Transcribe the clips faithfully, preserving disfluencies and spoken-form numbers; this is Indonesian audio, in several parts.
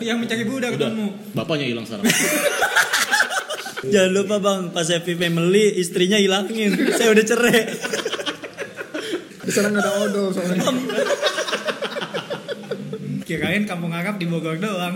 Yang mencari budak ketemu. Bapaknya hilang sekarang. Jangan lupa bang, pas Happy Family istrinya hilangin. Saya udah cerai. Diserang ada odol soalnya. Kirain kampung Arab di Bogor doang.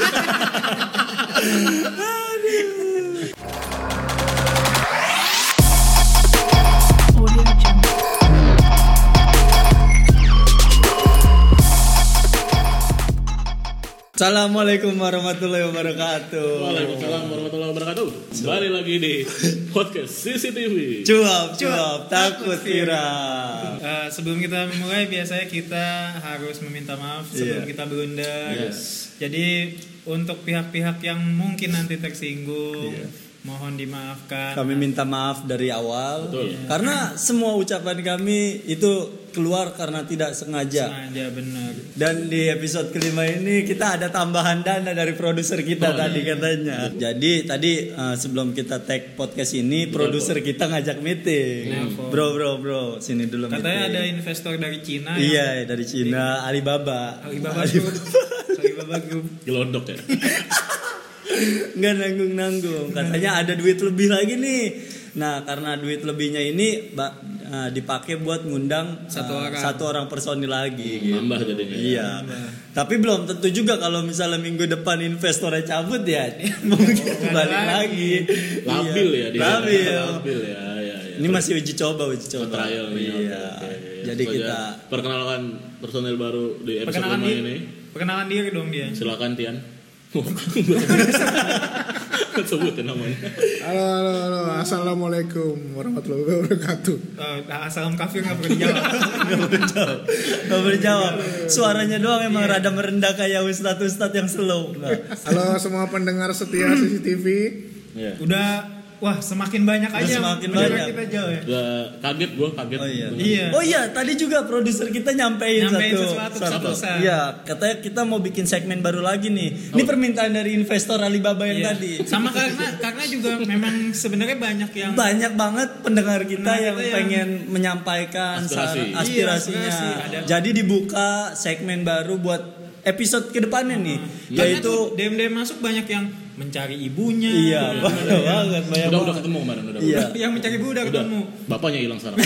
Assalamualaikum warahmatullahi wabarakatuh. Waalaikumsalam warahmatullahi wabarakatuh. Kembali lagi di podcast C C T V. Cuap, cuap, takut viral. Uh, sebelum kita memulai biasanya kita harus meminta maaf sebelum Yeah. kita berundang. Yes. Jadi untuk pihak-pihak yang mungkin nanti tersinggung, Yeah. mohon dimaafkan. Kami minta maaf dari awal. Betul. Karena semua ucapan kami itu keluar karena tidak sengaja. Sengaja benar. Dan di episode kelima ini kita ada tambahan dana dari produser kita Oh, tadi iya. katanya. Jadi tadi uh, sebelum kita tag podcast ini, produser kita ngajak meeting. Nelfon. Bro, bro, bro, sini dulu Katanya ada meeting. investor dari Cina. Iya, dari Cina, Alibaba. Alibaba Group. Alibaba Group. Gelondok ya. Nggak nanggung-nanggung. Katanya ada duit lebih lagi nih. Nah, karena duit lebihnya ini ba- uh, dipakai buat ngundang Satu uh, orang. satu orang personil lagi. gitu. Nambah jadinya. Iya. Tapi belum tentu juga kalau misalnya minggu depan investornya cabut ya mungkin balik lagi. Labil Iya. ya dia. Labil. Labil ya, ya, ya. Ini masih uji coba, uji Oh, coba. trial nih. Iya. Oke, oke. Jadi Langsung kita aja perkenalkan personel baru di episode Perkenalan lima diri. ini. Perkenalan diri dong dia. Silakan Tian. Sebutin namanya. Halo, halo, halo. Assalamualaikum warahmatullahi wabarakatuh. Uh, asal kafir nggak perlu dijawab. nggak berjawab, nggak berjawab. Suaranya doang emang rada merendah kayak ustadz-ustadz yang slow. Nah. Halo semua pendengar setia C C T V. Iya. Udah, wah semakin banyak Udah aja. semakin pendengar banyak. kita jauh ya. Udah kaget gue, kaget. Oh iya. Iya. Oh iya, tadi juga produser kita nyampein, Nyampein satu, sesuatu, pesan-pesan. Iya, katanya kita mau bikin segmen baru lagi nih. Ini permintaan dari investor Alibaba yang Iya. tadi. Sama karena karena juga memang sebenarnya banyak yang Banyak banget pendengar kita Pendengar yang kita yang- pengen menyampaikan Aspirasi. saran- aspirasinya. Iya, aspirasi. Ada- Jadi dibuka segmen baru buat episode kedepannya nih, Karena yaitu tuh D M D M masuk banyak yang mencari ibunya. iya, banyak banget, banyak Udah udah banget. ketemu kemarin udah. Iya. Yang mencari budak Udah. ketemu. Bapaknya hilang sekarang.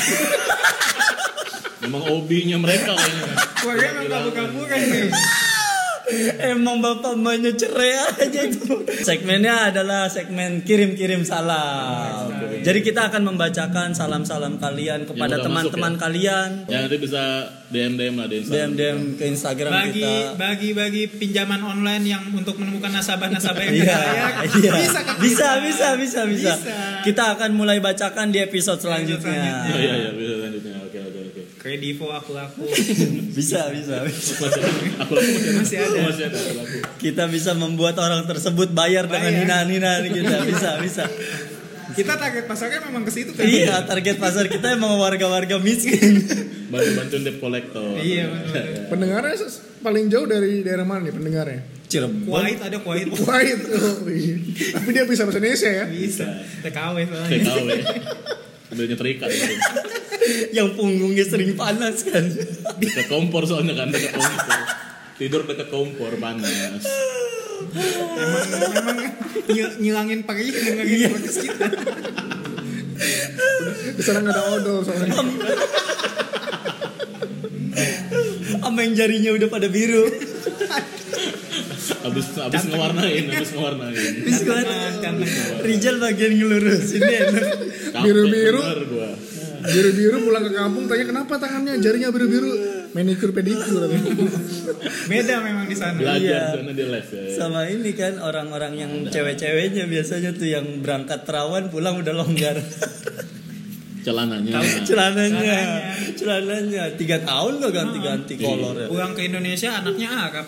Memang hobinya mereka kayaknya. Keluarga emang kabur-kaburan nih. Emang bapak emaknya cerai aja itu. Segmennya adalah segmen kirim-kirim salam. Jadi kita akan membacakan salam-salam kalian kepada udah teman-teman masuk kalian. Ya nanti bisa D M D M lah di D M Instagram. D M ke Instagram Bagi kita. bagi bagi pinjaman online yang untuk menemukan nasabah-nasabah yang Iya, layak. iya. Bisa, kan? Bisa, bisa, bisa, bisa. Bisa. Kita akan mulai bacakan di episode selanjutnya. Selanjutnya. Oh iya iya bisa lanjutnya. Oke oke oke. Kredivo aku-aku. Bisa, bisa, bisa. Masih ada. Aku aku masih ada. Masih ada. Masih ada aku aku. Kita bisa membuat orang tersebut bayar dengan Bayar. hinaan-hinaan kita. Bisa, bisa. Kita target pasarnya memang ke situ kan. Iya, target pasar kita emang warga-warga miskin. Bantu-bantuin debt collector. Iya, betul. Pendengarnya ses- paling jauh dari daerah mana nih pendengarnya? Cirebon. Kuwait ada Kuwait. Kuwait. Oh, iya. Tapi dia bisa bahasa Indonesia ya. Bisa. T K W T soalnya. K W. Ambilnya terikat. Yang punggungnya sering panas kan. Dekat kompor soalnya kan dekat kompor. Tidur dekat kompor panas. Memang memang ny- nyilangin perih ngilangin podcast kita. Diserang ada odol soalnya. Sama yang jarinya udah pada biru. Abis abis ngewarnain, abis ngewarnain. Terus gua Karena Rijal bagian ngelurusin dia. Capek Biru-biru. bener gua. Biru-biru pulang ke kampung tanya kenapa tangannya jarinya biru-biru. Manicure pedicure. beda memang di sana. Belajar Iya. sana di les ya. Sama ini kan orang-orang yang cewek-ceweknya biasanya tuh yang berangkat terawan pulang udah longgar. Celananya. Celananya, celananya tiga tahun gak ganti-ganti kolor ya. Pulang ke Indonesia anaknya Arab.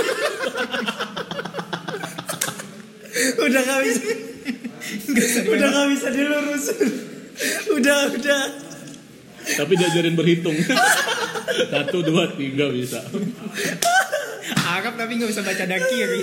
Udah gak bisa, udah gak bisa dilurusin. Udah, udah. Tapi diajarin berhitung. Satu, dua, tiga bisa. Arab tapi nggak bisa baca dakiri.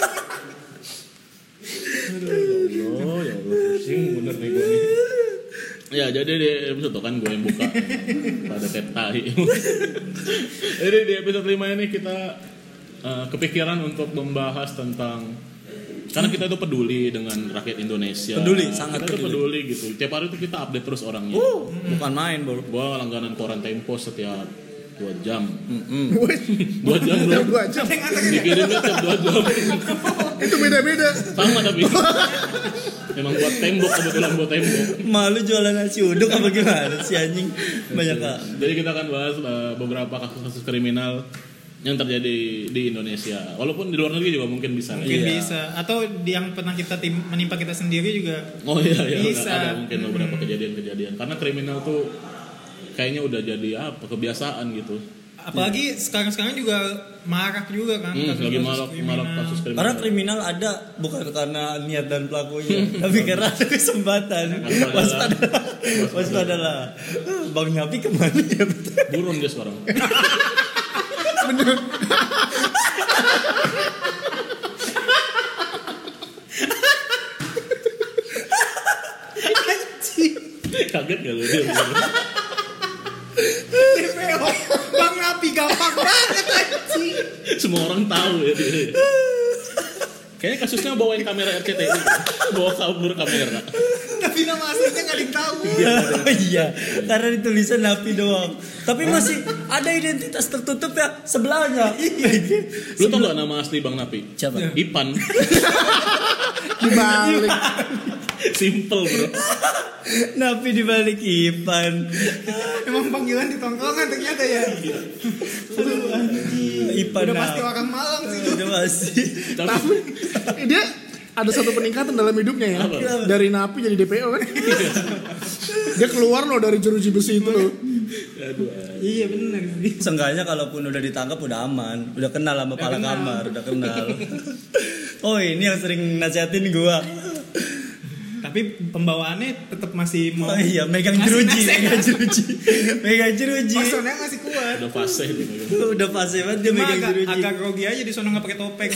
Oh ya Allah, pusing bener nih gue nih. Ya jadi di episode itu kan gue yang buka pada kayak tai. Jadi di episode lima ini kita uh, kepikiran untuk membahas tentang, karena kita tuh peduli dengan rakyat Indonesia. Peduli, sangat kita peduli. Tuh peduli gitu. Tiap hari tuh kita update terus orangnya. Uh, bukan main, Bro. Gua langganan koran Tempo setiap dua jam. Mm-mm. dua jam bro. Tiap dua jam. Dikirimnya tiap dua jam. Itu beda-beda. Sama tapi. Emang buat tembok, kebetulan buat tembok. Malu jualan nasi uduk apa gimana sih anjing? Banyak Kak. Jadi kita akan bahas uh, beberapa kasus-kasus kriminal yang terjadi di Indonesia. Walaupun di luar negeri juga mungkin bisa. Mungkin Iya. bisa. Atau di yang pernah kita tim, menimpa kita sendiri juga. Oh iya iya. Bisa. Ada mungkin beberapa kejadian-kejadian. Karena kriminal tuh kayaknya udah jadi apa kebiasaan gitu. Apalagi sekarang-sekarang juga marak juga kan. Hmm, kasus-kasus lagi marak kriminal. marak kasus kriminal. Karena kriminal ada bukan karena niat dan pelakunya, tapi karena ada kesempatan. Waspadalah, waspadalah. Bang Napi kemana ya? Burun dia sekarang. Kaget gak lu dia? D P O Bang Napi gampang banget anjing. Semua orang tahu ya dia. Kayaknya kasusnya bawain kamera R C T I, bawa kabur kamera. Tapi nama aslinya nggak ada yang tahu. Iya, karena di tulisan Napi doang. Tapi masih ada identitas tertutup ya sebelahnya. Lu tau gak nama asli Bang Napi? Siapa? Ipan. Dibalik. Simple bro. Napi dibalik Ipan. Emang panggilan di tongkrongan ternyata ya. Aduh anjing. Ipan Udah Napi. pasti orang Malang sih itu. Udah pasti. Tapi Dia ada satu peningkatan dalam hidupnya ya. Apa? Dari napi jadi D P O kan. Dia keluar loh dari jeruji besi itu loh. aduh. Iya benar sih. Seenggaknya kalaupun udah ditangkap udah aman, udah kenal sama pala kenal. kamar, udah kenal. Oh ini yang sering nasihatin gua. Tapi pembawaannya tetap masih mau. Oh iya, megang ngasih jeruji, nasihat. megang jeruji, megang jeruji. Maksudnya masih kuat. Udah fase gitu. Udah fase banget dia Cuma megang agak, jeruji. agak grogi aja di sono nggak pakai topeng.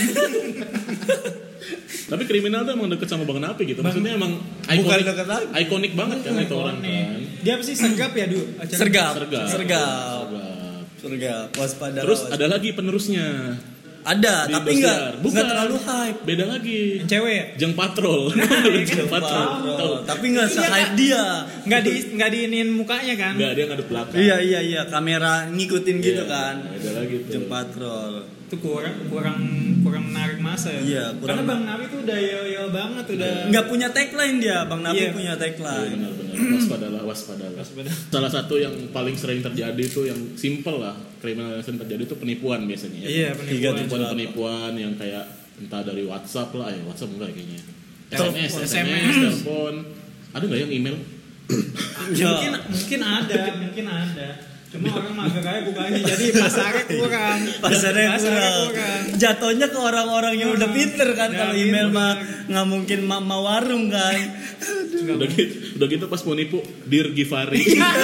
Tapi kriminal tuh emang deket sama Bang Napi gitu. Bang- Maksudnya emang Bukan ikonik, deket lagi. ikonik banget kan itu orang kan. Dia apa sih sergap ya dulu? Acara Sergap, Sergap. sergap, Sergap. sergap. Waspada. Terus waspada. ada lagi penerusnya. ada, Di tapi Indosiar. enggak, enggak terlalu hype. Beda lagi. Yang cewek ya? Jeng Patrol. Jeng Patrol. Tahu. Tapi enggak se-hype dia. Nggak di nggak diinin mukanya kan? Enggak, dia ngadep belakang. Iya iya iya, kamera ngikutin gitu Iya, kan. Beda lagi tuh. Jeng patrol. Itu kurang kurang kurang menarik masa ya. Iya, kurang- Karena Bang Nabi tuh udah yel-yel banget udah. Enggak punya tagline dia, Bang Nabi Iya. punya Iya, tagline. benar-benar. Waspadalah, waspadalah. Waspadalah. Salah satu yang paling sering terjadi itu yang simple lah. Kriminal yang sering terjadi itu penipuan biasanya. ya. Iya, Tiga penipuan. tiga. Penipuan-penipuan yang kayak entah dari WhatsApp lah, ya WhatsApp enggak kayaknya. Telepon, S M S, S M S. S M S, telepon. Ada nggak yang email? Ya. Mungkin mungkin ada, mungkin ada. Cuma orang mager aja bukanya jadi pasarnya kurang. Pasarnya kurang. Jatuhnya ke orang-orang yang udah pinter kan. Ya, Kalau email pinter. mah nggak mungkin mama warung kan. Udah gitu, udah gitu pas mau nipu Dear Givari.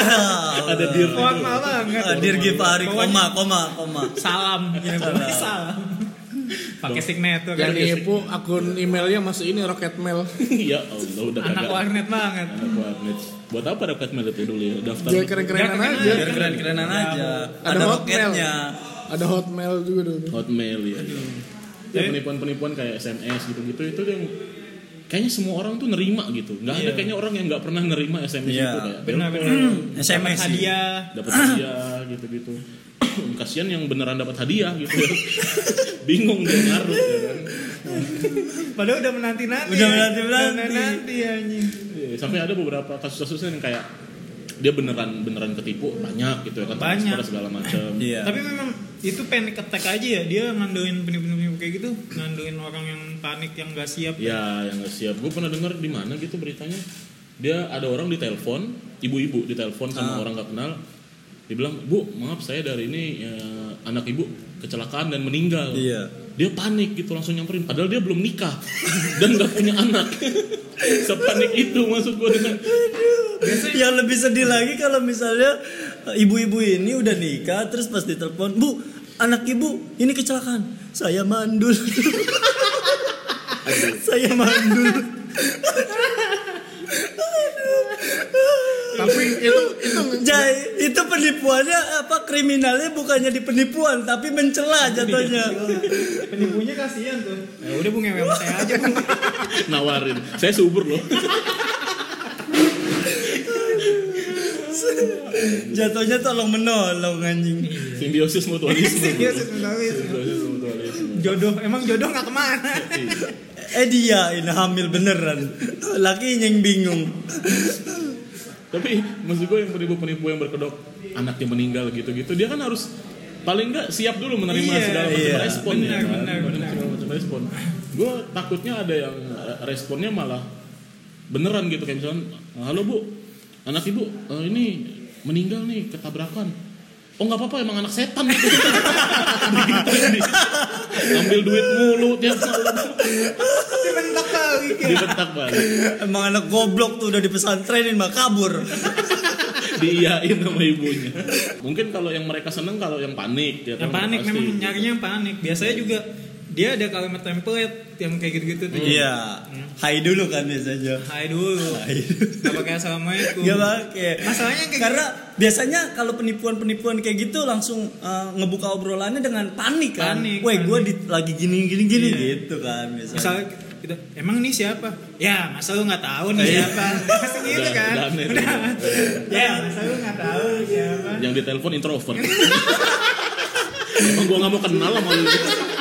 Ada Dear. Formal banget. Ah, Dear Givari, Pokoknya koma koma koma. salam, ya, pokoknya salam. Pakai signature Yang kan. nipu akun emailnya masih ini Rocket Mail. Ya Allah udah Anak kagak. warnet banget. Anak warnet. Buat apa dapat mail itu dulu ya? Daftar. Dia keren-kerenan Biar keren aja. Biar keren-kerenan aja. Ada Ada hotmail. roketnya. Ada Hotmail juga dulu. Hotmail ya. Ya penipuan-penipuan kayak S M S gitu-gitu itu yang kayaknya semua orang tuh nerima gitu. Nggak ada Iya. kayaknya orang yang nggak pernah nerima S M S Iya. itu kayak Benar-benar. S M S sih. Hadiah. dapat hadiah gitu-gitu. Kasihan yang beneran dapat hadiah gitu ya. Bingung dia ngaruh ya kan. Padahal udah menanti-nanti. Udah ya. menanti-menanti. Udah menanti anjing. Iya, sampai ada beberapa kasus-kasusnya yang kayak dia beneran beneran ketipu banyak gitu ya kan, Banyak. transport segala macam. Iya. Tapi memang itu panic attack aja ya. Dia ngandelin penipu-penipu kayak gitu, ngandelin orang yang panik yang gak siap. Ya, yang nggak siap. Gue pernah dengar di mana gitu beritanya. Dia ada orang ditelepon, ibu-ibu ditelepon sama Ah. orang nggak kenal. Dibilang, "Bu, maaf saya dari ini ya, anak ibu kecelakaan dan meninggal." Iya. Dia panik gitu langsung nyamperin. Padahal dia belum nikah dan nggak punya anak. Sepanik itu maksud gue dengan. Yang lebih sedih lagi kalau misalnya eh, ibu-ibu ini udah nikah terus pas ditelepon, "Bu, anak ibu ini kecelakaan." "Saya mandul." "Saya mandul." Tapi itu itu Jai. Itu penipuannya apa kriminalnya bukannya di penipuan tapi mencela jatuhnya. Penipunya kasihan tuh. Ya udah Bu ngewe sama saya aja Bu. Nawarin. Saya subur loh. Jatuhnya tolong menolong anjing. Simbiosis mutualisme. Simbiosis mutualisme. Simbiosis mutualisme. Jodoh, emang jodoh nggak kemana? Eh dia ini hamil beneran. Lakinya yang bingung. Tapi maksud gue yang penipu-penipu yang berkedok anaknya meninggal gitu-gitu, dia kan harus paling nggak siap dulu menerima Iya, segala macam iya. respon Benar, ya kan? benar, benar. Segala macam respon. Gue takutnya ada yang responnya malah beneran gitu, kayak misalnya, halo Bu, anak ibu uh, ini meninggal nih ketabrakan. Oh nggak apa-apa, emang anak setan gitu. Ambil duit mulu tiap malam. Dibentak kali. Dibentak balik. Emang anak goblok tuh udah dipesantrenin mah kabur. Diiyain sama ibunya. Mungkin kalau yang mereka seneng kalau yang panik ya Yang kan, panik pasti. memang nyarinya yang panik. Biasanya juga dia ada kalimat template yang kayak gitu-gitu tuh. Iya. Hai dulu kan biasanya. Hai dulu. Hai dulu. Gak pakai assalamualaikum. Gak pakai. Masalahnya kayak karena biasanya kalau penipuan-penipuan kayak gitu langsung uh, ngebuka obrolannya dengan panik kan. Panik, Weh, gue panik. lagi gini gini gini Iya. gitu kan biasanya. misalnya kita, emang ini siapa? Ya, masa lu nggak tahu nih Iya. siapa? Pasti gitu Udah- kan. udah aneh tuh. Udah. Ya, masa lu nggak tahu nih siapa? Yang ditelepon introvert. Emang gue nggak mau kenal sama lu.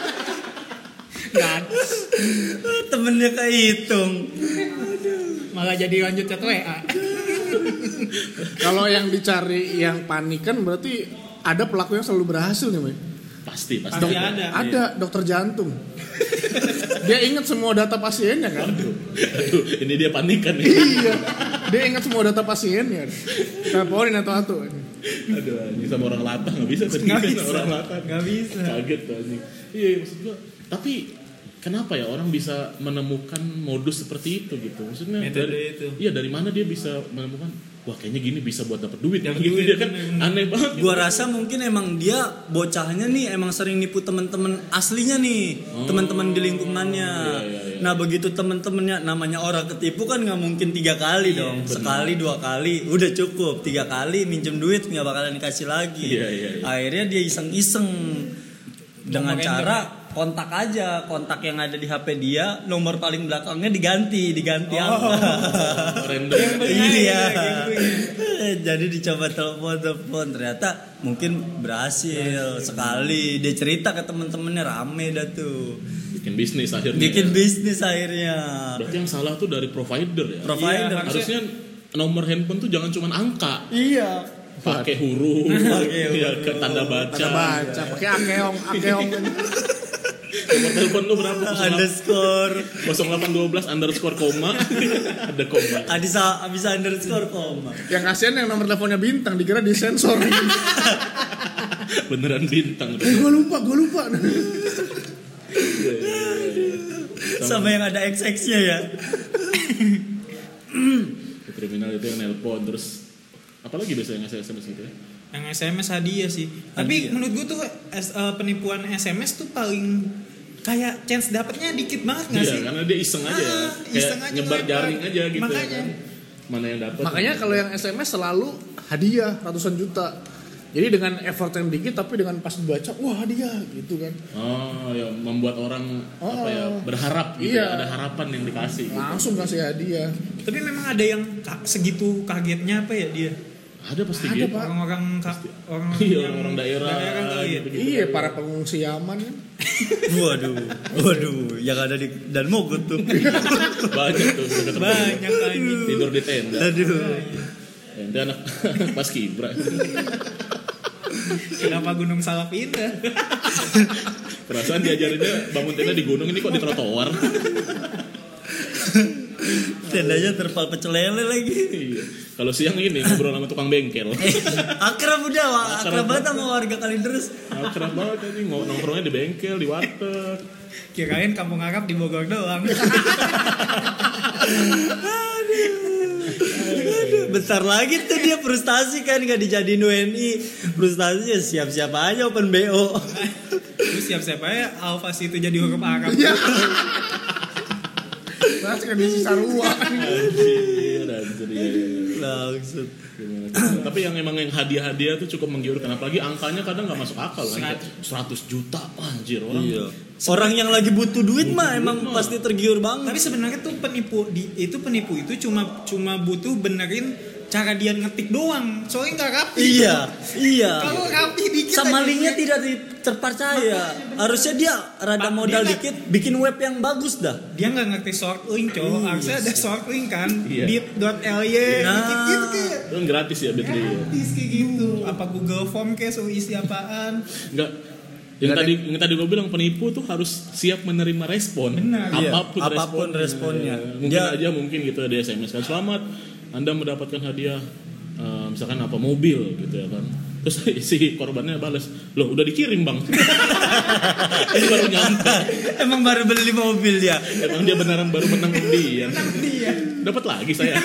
Nggak. Temennya kehitung. Malah jadi lanjut chat W A. Kalau yang dicari yang panik kan berarti ada pelaku yang selalu berhasil nih, Boy. Pasti, pasti. Pasti ada. Ada dokter jantung. Dia ingat semua data pasiennya kan? Aduh, ini dia panikan nih. Iya. Dia ingat semua data pasiennya. Teleponin atau-atau. Aduh, ini sama orang latah nggak bisa tadi. Nggak Sama bisa. orang latah. Nggak bisa. Kaget tuh anjing. Iya, maksud gua. Tapi kenapa ya orang bisa menemukan modus seperti itu gitu? Maksudnya Metode dari, itu. Iya, dari mana dia bisa menemukan? Wah, kayaknya gini bisa buat dapat duit. Dapat gitu duit, dia kan bener-bener. aneh banget. Gua rasa mungkin emang dia bocahnya nih emang sering nipu teman-teman aslinya nih, Oh. teman-teman di lingkungannya. Iya, iya, iya. Nah begitu teman-temannya namanya orang ketipu kan nggak mungkin tiga kali dong, bener. sekali dua kali udah cukup, tiga kali minjem duit nggak bakalan dikasih lagi. Iya, iya, iya. Akhirnya dia iseng-iseng dengan Nomor cara kontak aja, kontak yang ada di H P dia, nomor paling belakangnya diganti, diganti apa? Random. Iya. Jadi dicoba telepon telepon ternyata mungkin berhasil sekali. Dia cerita ke temen-temennya rame dah tuh. Bikin bisnis akhirnya. Bikin bisnis akhirnya. Berarti yang salah tuh dari provider ya. Provider. Iya, Harusnya nomor handphone tuh jangan cuma angka, Iya. pakai huruf, Pakai ya, huruf. ke tanda baca. Tanda baca pakai akeong, akeong. Nomor telepon lu berapa? Underscore. nol delapan satu dua underscore koma. Ada koma. Ah, bisa bisa underscore koma. Yang kasihan yang nomor teleponnya bintang dikira disensor. Beneran bintang. Eh gue lupa, gue lupa. Sama yang ada X X-nya ya. Kriminal itu yang nelpon terus apalagi biasanya ngasih S M S gitu ya. Yang S M S hadiah sih. Tapi Hadiah. menurut gue tuh S- uh, penipuan S M S tuh paling kayak chance dapetnya dikit banget nggak Iya, sih? karena dia iseng aja. Ah, Kayak iseng aja nyebar ngelempar. jaring aja gitu Makanya. ya kan. Mana yang dapat. Makanya kalau yang S M S selalu hadiah ratusan juta. Jadi dengan effort yang dikit tapi dengan pas dibaca, wah hadiah gitu kan. Oh, ya membuat orang Oh. apa ya berharap gitu, Iya. ada harapan yang dikasih. Gitu. Langsung kasih hadiah. Tapi memang ada yang ka- segitu kagetnya apa ya dia? Ada pasti Ada, gitu. Pak. Orang-orang ka- orang Iya, yang orang daerah. daerah kali ya. gitu-gitu. Iya, para pengungsi Yaman kan. Waduh, waduh, yang ada di dan Mogot tuh. Banyak tuh dekat rumah. Banyak anjing. Tidur di tenda. Aduh. Ente anak pas kibra. Kenapa Gunung Salak pindah? Perasaan diajarinnya bangun tenda di gunung, ini kok di trotoar. Tendanya terpal pecel lele lagi. Iya. Kalau siang ini ngobrol sama tukang bengkel. Akrab udah, Wak. Akrab Akrab banget sama warga Kalideres. Akrab banget ini nongkrongnya di bengkel, di warteg. Kirain kampung Arab di Bogor doang. Bentar lagi tuh dia frustasi kan gak dijadiin U N I. Frustasi ya siap-siap aja open B O. Terus siap-siap aja Alfas itu jadi huruf Arab. Iya. jelas kan dia sisa ruang. Anjir, anjir, iya, iya, iya. Langsung. Gimana, gimana. Tapi yang emang yang hadiah-hadiah tuh cukup menggiurkan, apalagi angkanya kadang nggak masuk akal kan, kayak seratus juta, wah, anjir orang. Iya. Orang yang lagi butuh duit Butuh mah duit emang mah. pasti tergiur banget. Tapi sebenarnya tuh penipu di, itu penipu itu cuma cuma butuh benerin cara dia ngetik doang. Soalnya nggak rapi. Iya, iya. Kalau rapi dikit Sama aja linknya dia- tidak di- terpercaya. Harusnya dia rada Pak, modal dia dikit, bikin web yang bagus dah. dia nggak ngerti short link cowok. Harusnya ada short link kan. Iya. bit.ly Nah. dikit gitu kayak. Itu kan gratis ya Bitly. Gratis kayak gitu. Apa Google Form kayak so isi apaan. Enggak. Yang tadi yang tadi gue bilang penipu tuh harus siap menerima respon. Benar. Iya, Apapun, apapun responnya. responnya. Mungkin Dia- aja mungkin gitu ada S M S kan selamat Anda mendapatkan hadiah eh, misalkan apa mobil gitu ya kan. Terus si korbannya balas, "Loh, udah dikirim, Bang." Ini baru nyampe. Emang baru beli mobil dia. Emang dia beneran baru menang undian. Dia. Dapat lagi saya.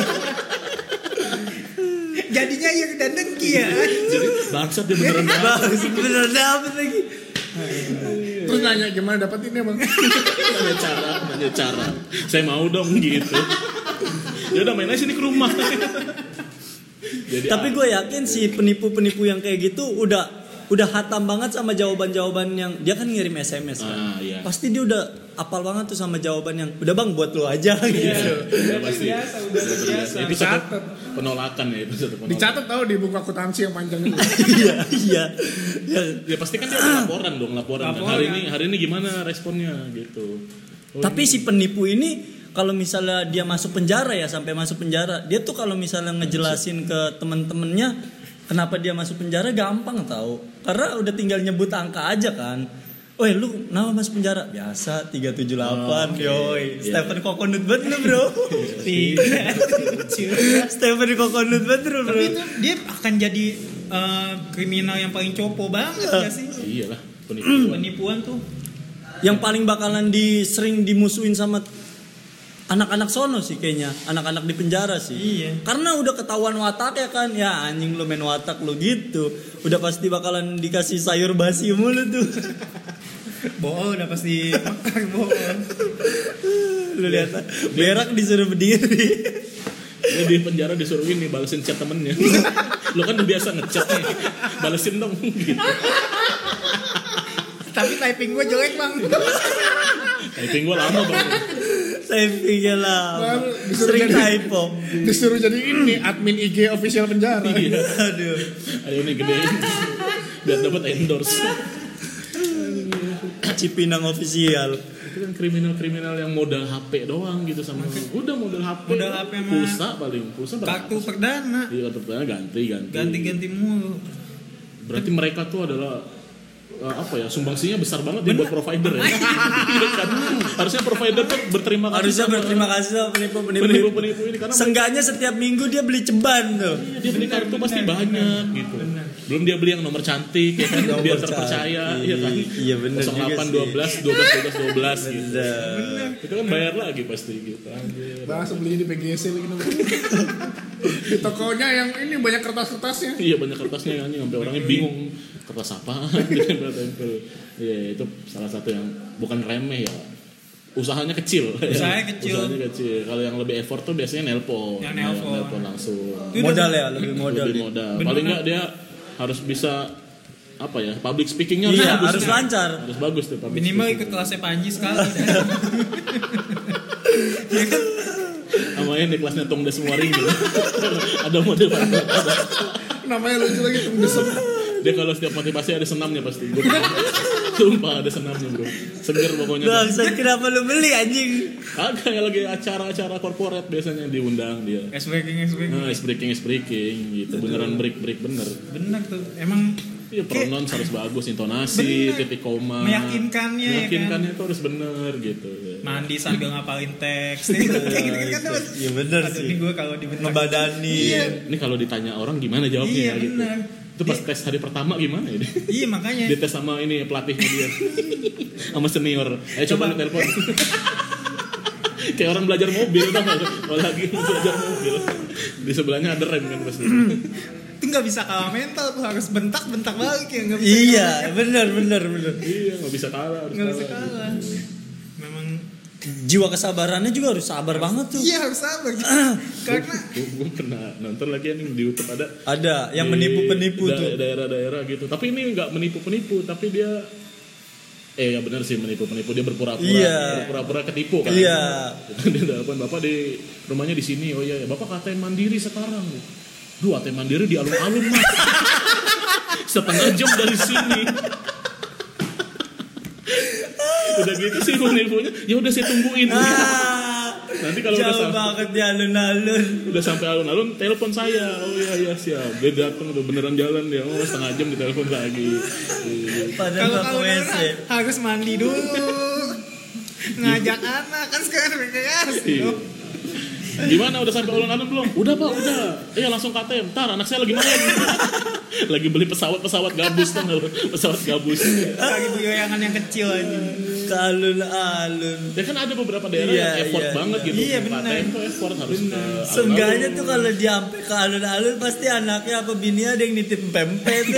Jadinya yang udah dengki ya. Jadi bangsat dia beneran dapat. Bagus, bener dapet lagi. Terus nanya gimana dapetinnya bang? Nanya cara, nanya cara. Saya mau dong gitu. Ya udah main aja sini ke rumah. Jadi Tapi gue yakin si penipu-penipu yang kayak gitu udah udah hatam banget sama jawaban-jawaban yang dia kan ngirim S M S kan. Ah, iya. Pasti dia udah apal banget tuh sama jawaban yang udah bang buat lu aja gitu. Udah pasti. biasa, udah biasa. Itu satu penolakan ya, itu satu penolakan. Dicatat tahu di buku akuntansi yang panjang itu. Iya, iya. Ya, Ya pasti kan dia ada laporan dong, laporan. Dan Laporan. hari ini hari ini gimana responnya gitu. Oh, Tapi si penipu ini kalau misalnya dia masuk penjara ya sampai masuk penjara, dia tuh kalau misalnya ngejelasin ke temen-temennya kenapa dia masuk penjara gampang tahu. Karena udah tinggal nyebut angka aja kan. Woi lu kenapa masuk penjara? Biasa tiga tujuh delapan. Oh, okay. Yoi, Iya. Stephen Coconut banget lu bro. Tidak. Kecil. Stephen Coconut banget lu bro. Tapi itu dia akan jadi eh, kriminal yang paling copo banget ya sih. Iyalah, penipuan. Penipuan tuh. Yang paling bakalan di sering dimusuhin sama anak-anak sono sih kayaknya, anak-anak di penjara sih. Iya. Karena udah ketahuan watak ya kan, ya anjing lu main watak lu gitu, udah pasti bakalan dikasih sayur basi mulu tuh. Bohong udah pasti makan bohong. Lu lihat, berak disuruh berdiri. Dia di penjara disuruh ini balesin chat temennya. Lo kan udah biasa ngechat nih, balesin dong gitu. Tapi typing gue jelek bang. Typing gue lama banget. Saya pikir lah, Baru disuruh sering jadi- typo. Disuruh jadi ini admin I G official penjara. Iya. Aduh, Ayo nih gedein biar dapat endorse. Cipinang official. Itu kan kriminal-kriminal yang modal H P doang gitu sama. Udah modal H P. Modal H P mah. Pulsa paling pulsa berapa? Kartu perdana. Iya, kartu perdana ganti ganti. Ganti-ganti mulu. Berarti mereka tuh adalah uh, apa ya, sumbangsinya besar banget ya buat provider ya. Iya kan? Harusnya provider tuh berterima kasih. Harusnya sama berterima kasih sama penipu-penipu. penipu-penipu ini karena Seenggaknya setiap minggu dia beli ceban tuh. dia beli kartu pasti banyak gitu. Belum dia beli yang nomor cantik ya kan, Nomor biar terpercaya, cantik. iya kan. Iya, bener juga nol delapan sih. dua belas dua belas dua belas dua belas gitu. Bener. Itu kan bayar lagi pasti gitu. Anjir. Bahasa beli di P G S gitu. Di tokonya yang ini banyak kertas-kertasnya. Iya, banyak kertasnya anjing sampai orangnya bingung kertas apa tempel. Iya, itu salah satu yang bukan remeh ya. Usahanya kecil. Usahanya kecil. Usahanya kecil. Kalau yang lebih effort tuh biasanya nelpon. Yang nelpon. Nelpon langsung. Itu Modal udah- ya, lebih modal. Lebih dia. modal. Bener Paling kan? enggak dia harus bisa apa ya, public speakingnya harus Iya, bagus. harus lancar. Harus bagus tuh public Minimal speaking. ikut kelasnya Panji sekali. Ya kan? Sama ini kelasnya Tong Des Muaring gitu. Ada model ada. Namanya lucu lagi tuh desem. Dia kalau setiap motivasi ada senamnya pasti. Gua sumpah ada senamnya, Bro. Seger pokoknya. Bang, saya kenapa lu beli anjing? Agak ya lagi acara-acara korporat biasanya diundang dia. Ice breaking, ice breaking. Nah, is breaking is breaking gitu. Beneran break break bener. Bener tuh. Emang Iya, pronoun harus bagus, intonasi, Bener. titik koma. Meyakinkannya, ya Meyakinkannya itu harus bener gitu. mandi sambil ngapalin teks. Kayak gitu kan. Iya bener Aduh, sih. ini gue kalau dibentak. Ngebadani. Iya. Ini kalau ditanya orang gimana jawabnya Iya, ya, gitu. bener. Itu pas tes hari pertama gimana ya? Iya makanya. Dites sama ini pelatihnya dia. Sama senior. Ayo coba lu telepon. Kayak orang belajar mobil tau gak? Kalau lagi belajar mobil. Di sebelahnya ada rem kan pasti. Itu nggak bisa kalah mental tuh, harus bentak-bentak balik ya, nggak bisa. Iya, bener bener bener. Iya, nggak bisa kalah. Harus Nggak bisa kalah. kalah. Memang jiwa kesabarannya juga harus sabar banget tuh. Iya harus sabar. Karena gue pernah nonton lagi yang di YouTube ada ada yang di menipu-penipu da- tuh. daerah-daerah gitu. Tapi ini nggak menipu-penipu, tapi dia eh ya benar sih menipu-penipu, dia berpura-pura Iya. berpura-pura ketipu kan. Iya. Dia telepon bapak di rumahnya di sini. Oh iya, bapak ke A T M Mandiri sekarang. Duh, A T M Mandiri di alun-alun mas. Setengah jam dari sini. Udah gitu sih menipunya. Ya udah saya tungguin. Ah, Nanti kalau udah jauh sampai, banget di alun-alun. udah sampai alun-alun, telepon saya. Oh iya iya siap. Dia datang udah beneran jalan dia. Oh setengah jam ditelepon lagi. Padahal kalau nggak ke kalau W C. harus mandi dulu. Ngajak anak kan sekarang rekreasi. Iya. Gimana udah sampai alun-alun belum? Udah pak, udah. Iya langsung K T M. Ntar anak saya lagi main. Lagi beli pesawat-pesawat gabus kan, pesawat gabus. Lagi goyangan yang kecil aja. Ke alun-alun. Ya kan ada beberapa daerah Iya, yang effort iya, banget iya. gitu. Iya, K T M benar. tuh effort harus ke alun-alun. Seenggaknya tuh kalau dia sampai ke alun-alun pasti anaknya apa bininya ada yang nitip pempek tuh.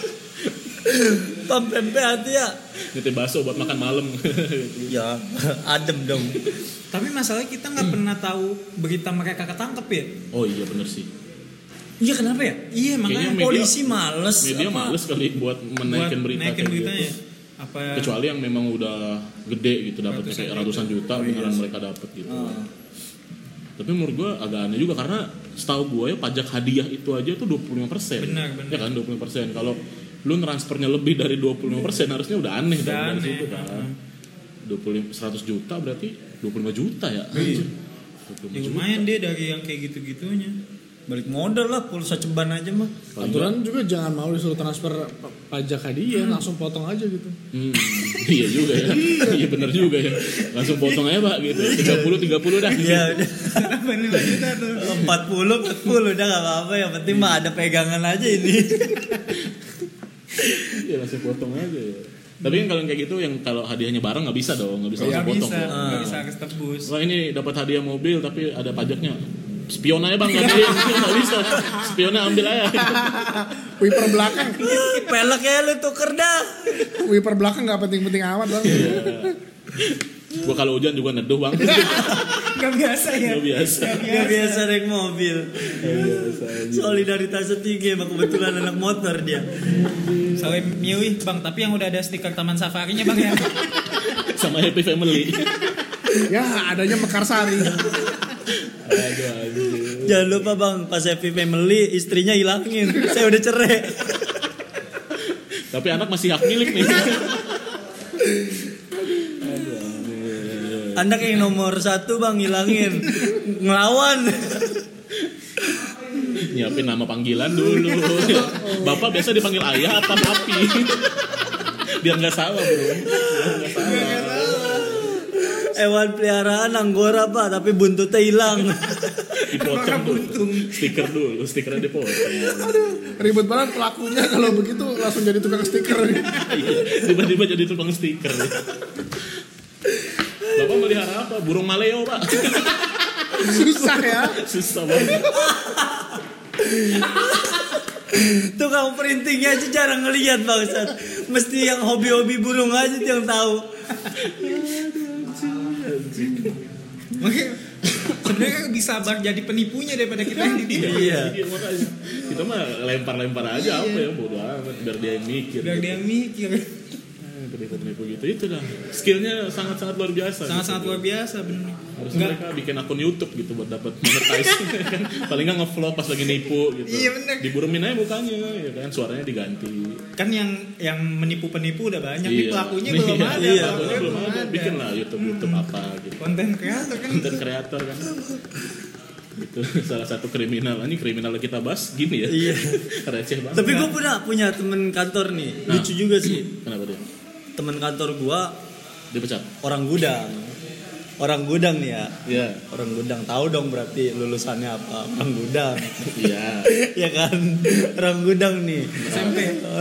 Pam pempek hati ya. Nitip bakso buat makan malam. Ya, adem dong. Tapi masalahnya kita nggak pernah tahu berita mereka ketangkep ya. Oh iya bener sih. Iya kenapa ya? Iya makanya Kayaknya media- Polisi males. Media apa? males kali buat menaikin buat berita naikin kayak beritanya. gitu. Apa Kecuali yang memang udah gede gitu dapatnya Ratusan kayak ratusan juta juta. beneran mereka dapat gitu. Ah. Tapi menurut gue agak aneh juga karena setahu gue ya pajak hadiah itu aja tuh dua puluh lima persen. Benar, benar. Ya kan dua puluh lima persen. Kalau lu transfernya lebih dari dua puluh lima persen harusnya udah aneh Udah dong dari aneh, situ kan. dua puluh lima, seratus juta berarti dua puluh lima juta ya. Anjir. dua puluh lima ya juta. lumayan dia dari yang kayak gitu-gitunya. Balik modal lah, pulsa ceban aja mah. Aturan juga jangan mau disuruh transfer p- pajak hadiah, langsung potong aja gitu. Hmm, iya juga ya. Iya benar juga ya. Langsung potong aja Pak gitu. tiga puluh tiga puluh dah. Iya udah. Kenapa lima juta tuh? empat puluh empat puluh udah gak apa-apa, yang penting mah ada pegangan aja ini. Iya langsung potong aja ya. Tapi kan kalau yang kayak gitu yang kalau hadiahnya bareng nggak bisa dong, nggak bisa Nggak langsung potong. bisa, Ya. nggak bisa harus tebus. Wah ini dapat hadiah mobil tapi ada pajaknya. Spion aja bang, nggak beli, nggak bisa. Spionnya ambil aja. Wiper belakang, Peleknya lu tuker dah. wiper belakang nggak penting-penting amat bang. Gua kalau hujan juga neduh bang. Gak biasa ya. Nggak biasa. Gak biasa naik mobil. Nggak biasa aja. Solidaritasnya tinggi, emang kebetulan anak motor dia. Soalnya miwi bang, tapi yang udah ada stiker Taman Safarinya bang ya. Sama Happy Family. Ya adanya Mekarsari. Aduh anjir. Jangan lupa bang, pas Happy Family istrinya hilangin. Saya udah cerai. Tapi anak masih hak milik nih. Anak yang nomor satu bang hilangin, ngelawan. Nyiapin nama panggilan dulu. Bapak biasa dipanggil ayah apa papi? Biar nggak salah bro. Biar nggak salah. Hewan peliharaan anggora pak, tapi buntutnya hilang. Dipotong dulu. Stiker dulu, stikernya dipotong. Ribet banget pelakunya kalau begitu langsung jadi tukang stiker. Iya, tiba-tiba jadi tukang stiker. Bapak melihara apa? Burung maleo pak. Susah ya. Susah banget. Tukang printingnya aja jarang ngelihat bang Ustaz. Mesti yang hobi-hobi burung aja tuh yang tahu. Makanya sebenarnya lebih sabar jadi penipunya daripada kita yang ditipu. Iya. Iya, makanya. Kita mah lempar-lempar aja apa ya, bodo amat biar dia yang mikir. Biar dia yang mikir. Eh, penipu-penipu gitu itu dah. Skillnya sangat-sangat luar biasa. Sangat-sangat gitu. luar biasa bener. Harus Enggak. mereka bikin akun YouTube gitu buat dapat monetize. Kan paling nggak nge-vlog pas lagi nipu gitu. Iya, bener. Diburumin aja mukanya ya kan, suaranya diganti. Kan yang yang menipu-penipu udah banyak nih, pelakunya Nih, belum iya, ada. Iya, pelakunya pelakunya belum ada. Bikin lah YouTube YouTube apa gitu. Konten kreator kan. Konten kreator kan. Itu salah satu kriminal. Ini kriminal kita bahas gini ya. Iya. Receh banget. Tapi gue punya punya temen kantor nih, Nah. lucu juga sih. Kenapa dia? Temen kantor gua Dipecat. orang gudang, orang gudang nih ya. Iya. Orang gudang, tahu dong berarti lulusannya apa, orang gudang. Iya. Ya kan, orang gudang nih. S M P.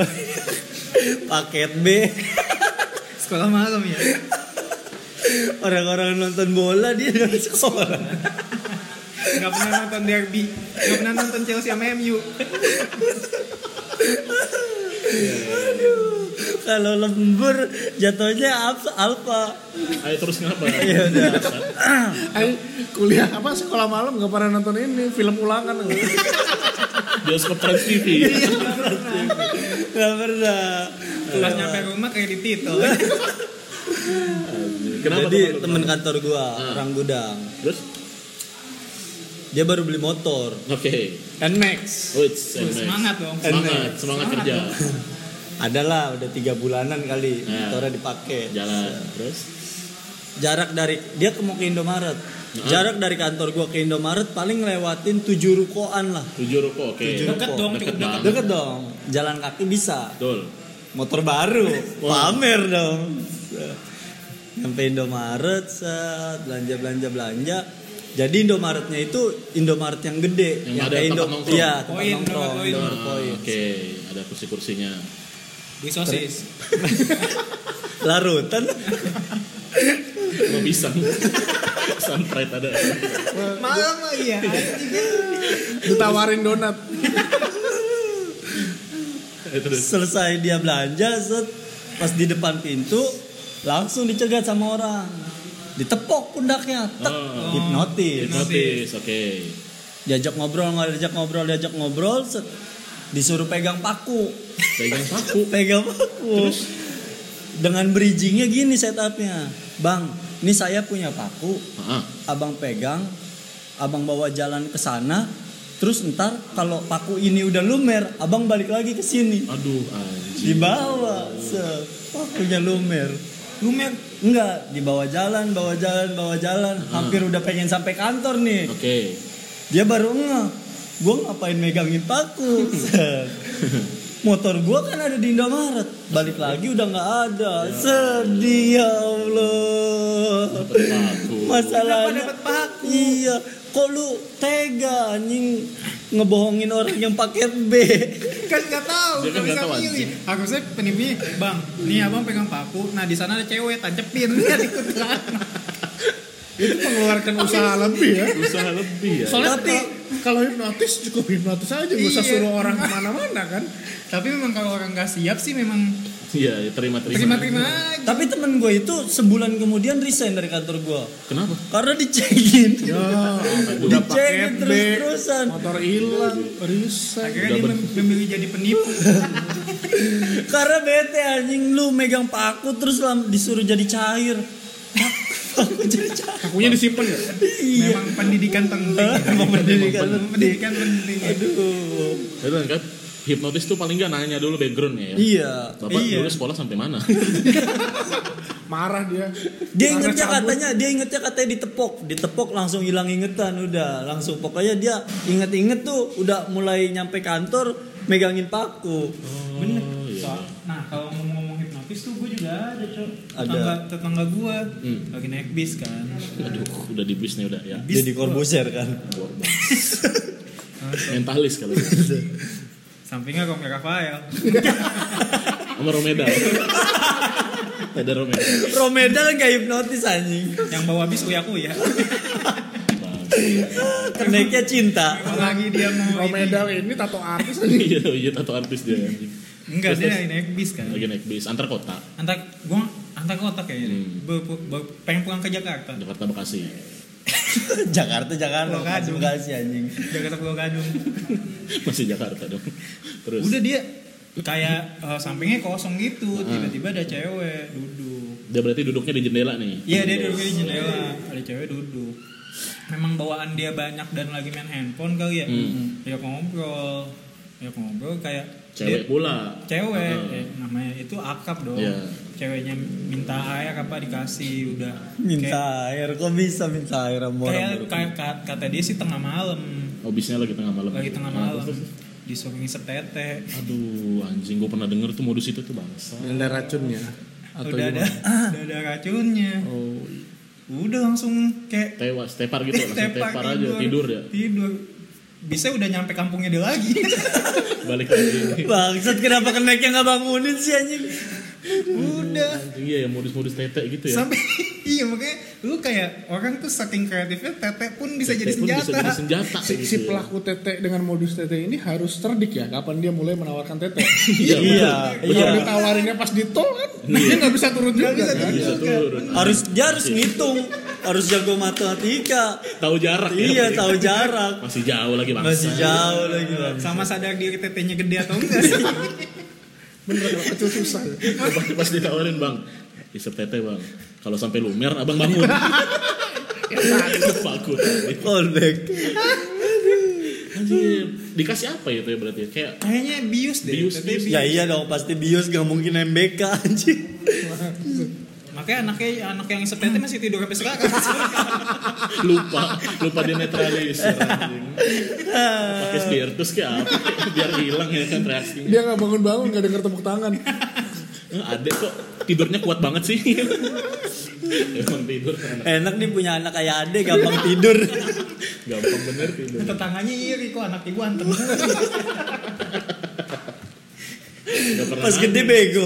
Paket B. Sekolah malam ya. Orang-orang nonton bola dia dari sekolah. Gak pernah nonton derby, gak pernah nonton Chelsea sama M U. Kalau lembur jatuhnya alfa. alfa. Ayo terus kenapa? Ya udah. Ayo kuliah apa sekolah malam nggak pernah nonton ini film ulangan. Bioskop Trans T V. Gak pernah. Pas nyampe rumah kayak di Tito. Kenapa Jadi teman lu? temen kantor gua Ah. orang Gudang. Terus? Dia baru beli motor. Oke. N-Max. Oh, it's Tuh, semangat dong. Semangat, semangat kerja. Adalah udah tiga bulanan kali Ya. motornya dipakai. Jalan. Terus? Jarak dari dia ke mau ke Indomaret. Nah. Jarak dari kantor gua ke Indomaret paling lewatin tujuh rukoan lah. Tujuh ruko, oke. Tujuh Deket ruko. dong, Deket cukup banget. deket. Deket dong. Jalan kaki bisa. Betul. Motor baru. Wah. Pamer dong. Sampai Indomaret, set, belanja belanja belanja. Jadi Indomaretnya itu Indomaret yang gede, Yang ada kayak tempat Indo, nongkrong. iya tempat Koin, nongkrong, koin. Indomaret Ah, koin. oke, ada kursi-kursinya. Di sosis. Larutan. Mau pisang. Sunpride ada. Malam lagi ya. Ditawarin donat. Itu deh. Selesai dia belanja, set, pas di depan pintu langsung dicegat sama orang. Ditepok pundaknya, tek, Oh. hipnotis. Hipnotis, oke. Diajak ngobrol, nggak diajak ngobrol, diajak ngobrol, set, disuruh pegang paku. Pegang paku. Pegang paku. Dengan bridgingnya gini setupnya, bang, ini saya punya paku, Ah, abang pegang, abang bawa jalan ke sana, terus ntar kalau paku ini udah lumer, abang balik lagi ke sini, aduh, anjing. dibawa, set, pakunya lumer, Lumer. enggak, dibawa jalan, bawa jalan, bawa jalan, hampir udah pengen sampai kantor nih, Oke. dia baru ngeh, gue ngapain megangin paku, set. Motor gua kan ada di Indomaret, balik lagi udah nggak ada, sedih ya Allah. Dapat paku. Masalahnya, Kenapa dapat paku? iya, kok lu tega anjing ngebohongin orang yang paket B. Kan nggak tahu. Dia kan nggak nggak bisa tahu, milih. anjing. Harusnya penipunya, bang, nih abang pegang paku. Nah di sana ada cewek, tancepin. Nggak ikut celana. Itu mengeluarkan usaha lebih ya. Usaha lebih ya. Soalnya Tapi- kalau- kalau hipnotis cukup hipnotis aja, nggak usah Iya. suruh orang kemana-mana kan. Tapi memang kalau orang nggak siap sih memang Iya, ya, terima-terima. terima-terima aja. Tapi temen gue itu sebulan kemudian resign dari kantor gue Kenapa? karena dicegin. Ya, udah Dicegin paket B, terus-terusan. motor hilang, resign. Akhirnya Udah dia ben- mem- memilih jadi penipu. Karena bete anjing lu megang paku terus lam- disuruh jadi cair. Paku jadi cair. Pakunya disimpan ya. Iya. Memang pendidikan penting. Memang pendidikan Memang pendidikan penting. Aduh. Itu kan hipnotis tuh paling nggak nanya dulu backgroundnya ya. Iya. Bapak Iya. dulu sekolah sampai mana? Marah dia. Dia Marah ingetnya cabut. katanya, dia ingetnya katanya ditepok, ditepok langsung hilang ingetan udah, langsung pokoknya dia inget-inget tuh udah mulai nyampe kantor megangin paku. Bener. Oh, iya. So- nah kalau ngomong-ngomong hipnotis tuh gue juga ada cok. Ada. Tetangga, tetangga gue Hmm. lagi naik bis kan. Aduh, udah di bis nih udah ya. Bis Jadi korbuser kan. Mentalis kalau gitu. Sampingnya Romi Rafael. Sama Romeda. Ada Romeda. Romeda kan gak hipnotis anjing. Yang bawa bis uya uya. Kenaiknya cinta. Lagi dia mau Romeda ini tato artis aja. Iya, iya tato artis dia anjing. ini. Enggak, dia lagi naik bis kan. Lagi naik bis antar kota, Antar gua antar kota kayaknya. Hmm. Be- be- be- pengen pulang ke Jakarta. Jakarta Bekasi. Jakarta Jakarta Pulau Gadung. kasih anjing. Jakarta Pulau Gadung. Masih Jakarta dong. Terus Udah dia kayak eh, sampingnya kosong gitu, Hmm. tiba-tiba ada cewek duduk. dia berarti duduknya di jendela nih. Iya dia duduknya di jendela, ada cewek duduk. Memang bawaan dia banyak dan lagi main handphone kali ya. Hmm. Ya ngobrol, ya ngobrol kayak Cewek dia- pula. Cewek, Heeh. eh, namanya itu akrab dong. Iya. Ceweknya minta air apa dikasih udah. Minta air, kok bisa minta air sama orang Kayak, baru kayak kayak kata dia sih tengah malam, Oh, bisnya lagi tengah malam. lagi tengah Ah, malam, terus? disuruh ngisep tete. Aduh, anjing gue pernah denger tuh modus itu tuh bangsa. Ada racunnya. Atau Udah ada, gimana? udah ada racunnya. Oh, Udah langsung kayak tewas, tepar gitu, langsung tepar tepar aja, tidur ya. Tidur. Bisa udah nyampe kampungnya dia lagi. Balik lagi. Bangsat, kenapa kenaiknya gak bangunin sih anjing? Udah. Anjing, iya ya modus-modus tete gitu ya. Sampai iya makanya lu kayak orang tuh saking kreatifnya tete pun bisa Tete jadi pun senjata. bisa jadi senjata Si, gitu si ya. pelaku tete dengan modus tete ini harus cerdik ya kapan dia mulai menawarkan tete. Iya, iya. Kalau ditawarinnya pas di tol kan dia nggak bisa turun juga bisa kan. turun. Bisa turun. Harus dia harus ngitung, harus jago matematika. Tahu jarak ya. Iya, tahu jarak. Masih jauh lagi bangsa. Masih jauh lagi, Bang. Sama sadar diri tetenya gede atau enggak sih. Bener kalau kecil susah. pas, pas ditawarin bang, isep tete bang. Kalau sampai lumer abang bangun. Bagus. Callback. Anjir, dikasih apa itu ya berarti? Kayak Kayaknya bius deh. Bius, Tete bius. Ya iya dong, pasti bios gak mungkin M B K anjing. Makanya anaknya anak yang isep tete masih tidur sampai sekarang. lupa, lupa dia netralisir anjing. Pakai spiritus kayak apa? Biar hilang ya kan reaksinya. Dia nggak bangun-bangun nggak denger tepuk tangan. Adek kok tidurnya kuat banget sih. Emang tidur anak. Enak nih punya anak kayak Ade, gampang tidur. Gampang bener tidur. Tetangganya iri kok anak ibu antem. Gak pernah Pas gede nangis. bego.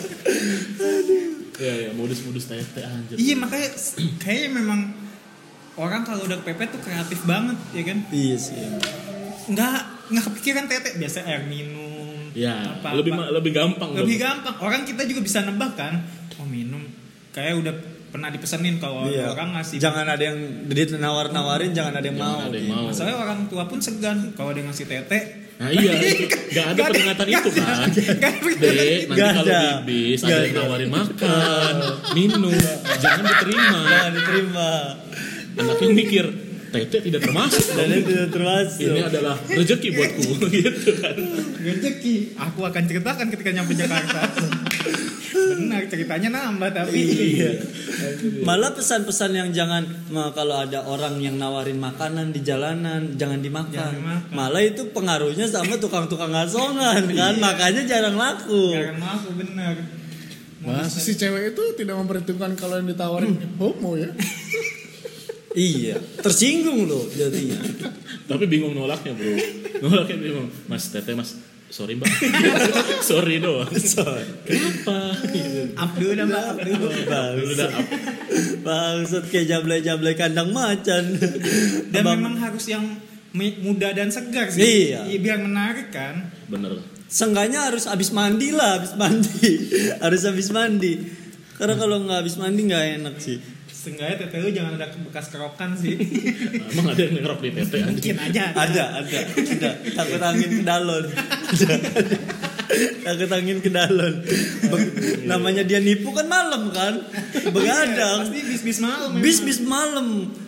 Ya ya modus-modus tete anjir. Iya makanya kayaknya memang orang kalau udah kepepet tuh kreatif banget ya kan. Iya sih. Nggak nggak kepikiran tete biasa air minum. Ya, apa, lebih apa. ma- lebih gampang Lebih dong. gampang. Orang kita juga bisa nebak kan. Oh minum. Kayak udah pernah dipesenin kalau Iya. orang ngasih. Jangan ada yang duit nawar-nawarin, jangan ada yang Jangan mau. ada yang mau. Masalahnya orang tua pun segan kalau dia ngasih tete. Nah iya, itu. Gak ada peringatan itu kan. Gak ada peringatan. Dek, nanti Gak kalau ada. di bis Gak ada yang ada. nawarin makan, minum, jangan diterima. Jangan diterima. Anaknya mikir, tete tidak termasuk. Dan itu tidak termasuk. Ini adalah rezeki buatku gitu kan. Rezeki. Aku akan ceritakan ketika nyampe Jakarta. Benar ceritanya nambah tapi. Iya. Malah pesan-pesan yang jangan ma, kalau ada orang yang nawarin makanan di jalanan jangan dimakan. Jangan dimakan. Malah itu pengaruhnya sama tukang-tukang asongan kan, makanya jarang laku. Jarang masuk bener. Nah, si cewek itu tidak memperhitungkan kalau yang ditawarin homo ya. Iya, tersinggung loh jadinya. Tapi bingung nolaknya bro. Nolaknya bingung. Mas tete mas, sorry mbak. Sorry doang. Kenapa? Gitu. Up dulu dah mbak, up dulu. Dulu udah up. Bangsat kayak jablay-jablay kandang macan. Dan Abang- memang harus yang me- muda dan segar sih. Iya. Biar menarik kan. Bener. Seenggaknya harus habis mandi lah, habis mandi. Harus habis mandi. Karena kalau nggak habis mandi nggak enak sih. Seenggaknya tete lu jangan ada bekas kerokan sih. Emang ada yang ngerok di tete anjing. Mungkin aja. Ada, ada, ada. Takut angin ke dalon. Ada. Takut angin ke dalon. Be- namanya dia nipu kan malam kan. Begadang. Pasti bis-bis malam. memang. Bis-bis malam.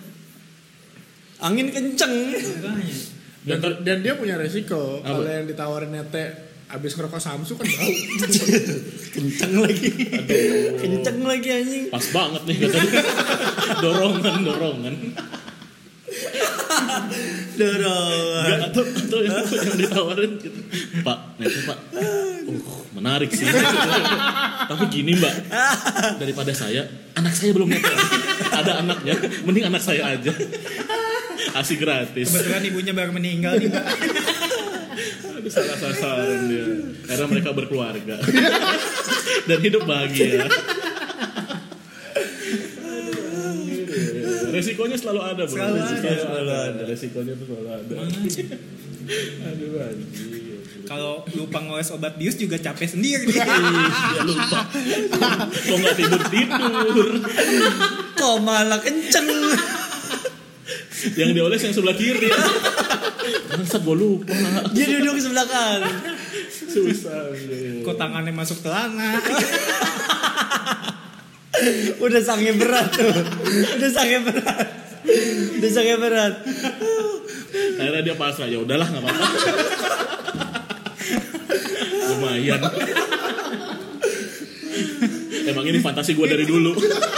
Angin kenceng. Makanya. Dan, dan dia punya resiko Apa? kalau yang ditawarin nete abis ngerokok Samsu kan bau. Kenceng lagi. Kenceng lagi anjing. Pas banget nih katanya. Dorongan, dorongan. Dorong. Enggak, atau, atau yang, yang ditawarin gitu. Pak, nete pak. Uh, menarik sih. Tapi gini mbak, daripada saya, anak saya belum nete. Ada anaknya, mending anak saya aja. Asik gratis. Kebetulan ibunya baru meninggal nih mbak. Aduh, salah sasaran dia. Karena mereka berkeluarga dan hidup bahagia. Resikonya selalu ada bro. Selalu Resikonya ada. selalu ada. Resikonya tuh selalu ada. Aduh anjir. Kalau lupa ngoles obat bius juga capek sendiri. Dia lupa. Kok nggak tidur tidur? Kok malah kenceng. Yang dioles yang sebelah kiri. Bangsat gue lupa. Dia duduk sebelah kanan. Susah. Kok tangannya masuk celana. Udah sange berat tuh. Udah sange berat. Udah sange berat. Akhirnya dia pasrah. Ya udahlah nggak apa-apa. Lumayan. Emang ini fantasi gue dari dulu.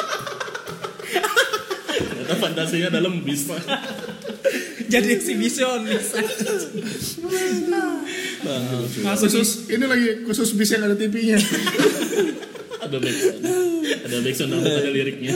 Ternyata fantasinya dalam bis pak. Jadi eksibisionis. Khusus ini lagi khusus bis yang ada T V-nya. Ada backsound. Ada backsound dan ada liriknya.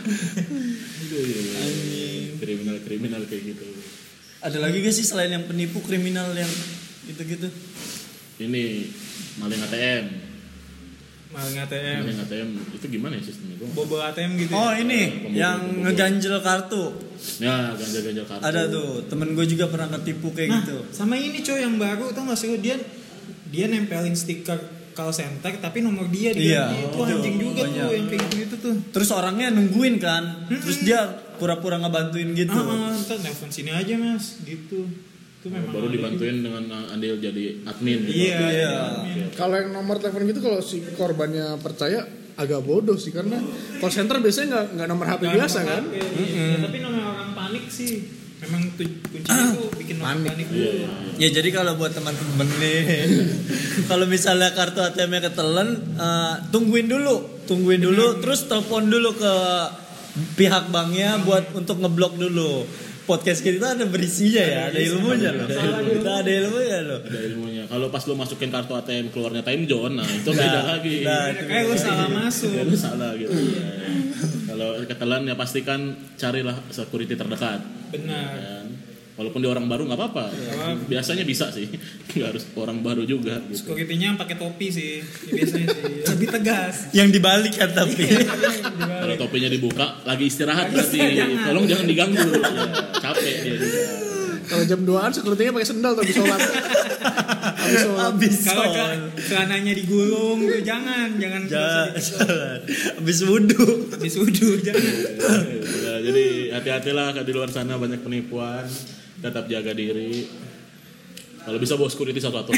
Kriminal-kriminal kayak gitu. Ada lagi gak sih selain yang penipu kriminal yang gitu-gitu? Ini maling A T M. maling A T M. Maling A T M itu gimana ya sistemnya? Gua Bobol A T M gitu. Oh ya? ini Pembobol, yang pembobol. ngeganjel kartu. Ya, ganjal-ganjal kartu. Ada tuh, temen gue juga pernah ketipu kayak Nah, gitu. sama ini coy yang baru tau gak sih lu, dia dia nempelin stiker call center tapi nomor dia diganti. Iya, Itu oh, anjing juga banyak. tuh yang kayak gitu tuh. Terus orangnya nungguin kan, terus dia pura-pura ngebantuin gitu. Ah, ntar telepon sini aja mas, gitu. Itu memang Baru ada dibantuin dengan uh, andil jadi admin gitu. Iya, Iya. iya. Kalau yang nomor telepon gitu kalau si korbannya percaya agak bodoh sih karena call center biasanya nggak nggak nomor H P Nggak biasa nomor kan. H P, iya. Tapi namanya orang panik sih. Memang tu- kuncinya tuh bikin orang panik. Iya, iya. Ya jadi kalau buat teman-teman nih, kalau misalnya kartu A T M-nya ketelan, eh, tungguin dulu, tungguin dulu, terus telepon dulu ke pihak banknya buat untuk ngeblok dulu. Podcast kita ada berisinya ya, ada ilmunya loh. Kita ada ilmunya loh. Ada ilmunya. Kalau pas lu masukin kartu A T M keluarnya time zone, nah itu beda Nah, lagi. nah, Kayak lu salah masuk. Ya, lu salah gitu. Ya. Kalau ketelan ya pastikan carilah security terdekat. Benar. Kan? Walaupun dia orang baru nggak apa-apa. Biasanya bisa sih. Nggak harus orang baru juga. Gitu. Security-nya yang pakai topi sih. Ya, biasanya sih. Lebih tegas. Yang dibalik kan tapi. Kalau topinya dibuka, lagi istirahat berarti. Tolong jangan diganggu. Ya, capek dia juga. Kalau jam duaan security-nya pakai sendal tuh habis sholat. Habis sholat. Habis Kalau sol. ce- celananya digulung tuh jangan, jangan Jangan. Habis wudhu. habis wudhu jangan. Ya, jadi hati-hatilah di luar sana banyak penipuan. Tetap jaga diri. Kalau bisa bawa security satu-satu.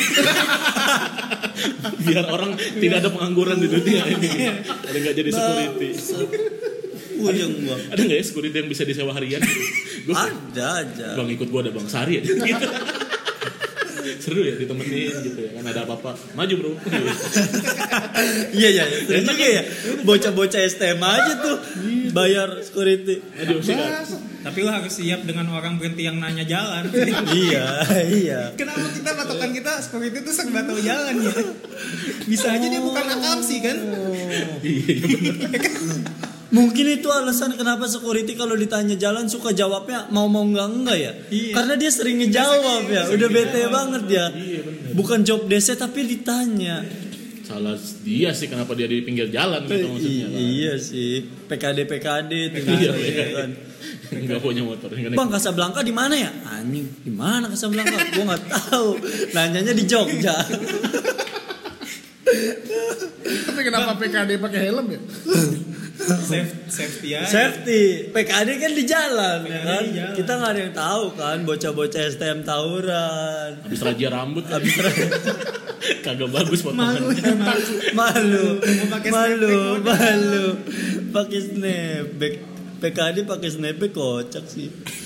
Biar orang tidak ada pengangguran di dunia ini. Ada nggak jadi security? Puyeng gua. Ada nggak ya security yang bisa disewa harian? Gua, Ada aja. bang ikut gua ada bang sehari aja. Gitu. Seru ya ditemenin gitu ya kan ada apa-apa maju bro. Iya iya, iya. Juga ya. Bocah-bocah S T M aja tuh bayar security. Maju sih kan. Tapi lo harus siap dengan orang berhenti yang nanya jalan. Iya, iya. Kenapa kita patokan kita security itu serba tahu jalan ya? Bisa aja dia bukan akamsi kan? Iya iya benar. Mungkin itu alasan kenapa security kalau ditanya jalan suka jawabnya mau-mau enggak-enggak ya. Iya. Karena dia sering ngejawab ya. Udah bete banget ya. Iya benar. Bukan job desk tapi ditanya. Salah dia sih kenapa dia di pinggir jalan gitu maksudnya. I- iya sih. P K D P K D tuh Iya, gitu iya. kan. Enggak punya motor. Nggak naik. Bang Casablanca di mana ya? Anjing, di mana Casablanca? Gua enggak tahu. Nanyanya di Jogja. Tapi kenapa P K D pakai helm ya? Safe, safety aja. Safety, P K D kan di jalan ya P K D kan. di jalan. Kita nggak ada yang tahu kan, bocah-bocah S T M tawuran. Habis raja rambut Habis kagak bagus Malu potongannya. ya malu. malu, Mau pakai malu, snapback modal. malu, pakai snapback, P K D pakai snapback kocak sih.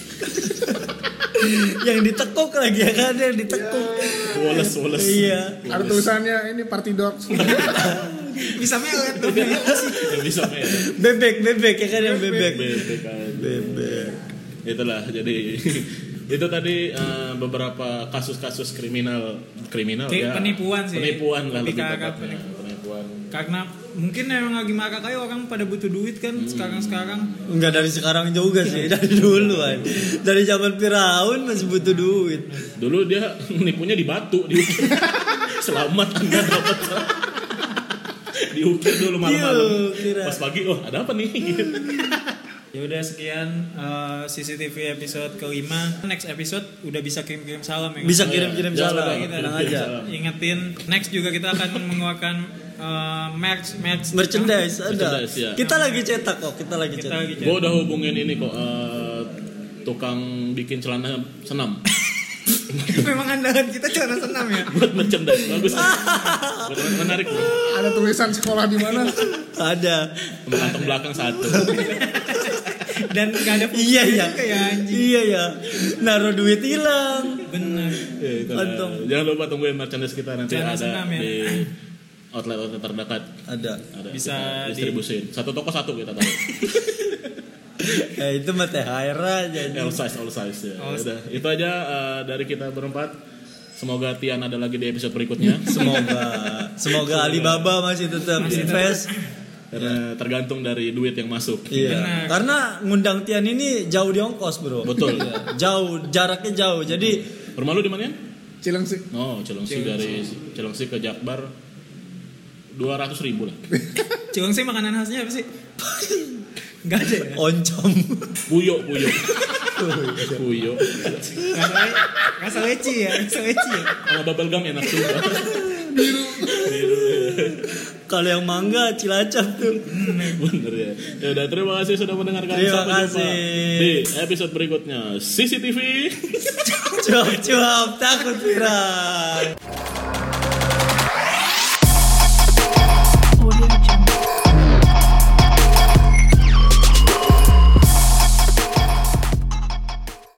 Yang ditekuk lagi ya kan, yang ditekuk. Woles woles. Iya. Ada tulisannya ini party dogs. Bisa melet tuh. Yang bisa main. Bebek, bebek ya kan yang bebek. Bebek kan. Bebek. Itulah jadi itu tadi uh, beberapa kasus-kasus kriminal kriminal Kayak ya. penipuan sih. Penipuan lah Lebih lebih ke arah tepatnya. Penipuan. Karena mungkin emang lagi marak aja orang pada butuh duit kan sekarang-sekarang. Enggak dari sekarang juga sih, dari dulu kan. Dari zaman Firaun masih butuh duit. Dulu dia nipunya di batu, di selamat Anda dapat. Diukir dulu malam-malam. Diukir. Pas pagi, oh ada apa nih? Ya udah sekian uh, C C T V episode kelima. Next episode udah bisa kirim-kirim salam ya. Bisa kan? kirim-kirim Ya, salam, udah, tenang kirim-kirim aja. salam. Ingetin next juga kita akan mengeluarkan uh, merch merch Merchandise ada. Merchandise, ya. Kita lagi cetak kok, kita lagi Kita cetak. lagi Gue udah hubungin ini kok uh, tukang bikin celana senam Memang andalan kita celana senam ya. buat merchandise bagus. Buat menarik bro. Ada tulisan sekolah di mana? Ada. Sama kantong belakang satu. Dan gak ada Iya ya. kayak anjing. Iya ya. Naruh duit hilang. Bener. Ya, itulah. Kantong. Jangan lupa tungguin merchandise kita nanti Celana ada senam ya. di outlet-outlet terdekat. Ada. Ada Bisa kita di- distribusin. Satu toko satu kita tahu. Eh itu mah T H R aja. All size, all size ya. All Udah, itu aja uh, dari kita berempat. Semoga Tian ada lagi di episode berikutnya. Semoga semoga Alibaba masih tetap invest. Karena tergantung dari duit yang masuk. Iya. Benar. Karena ngundang Tian ini jauh di ongkos, Bro. Betul. Iya. Jauh, jaraknya jauh. Jadi Rumah lu di mana ya? Cilengsi. Oh, Cilengsi dari Cilengsi ke Jakbar dua ratus ribu lah. Ciwangse makanan khasnya apa sih? Gak ada ya? Oncom. Puyo, puyo. Puyo. Rasa weci ya, rasa weci ya. Sama bubble gum enak juga. Biru. Biru. Kalau yang mangga Cilacap tuh. Bener ya. Ya udah, terima kasih sudah mendengarkan. Terima Sampai kasih. jumpa di episode berikutnya. C C T V. Cuap-cuap takut viral.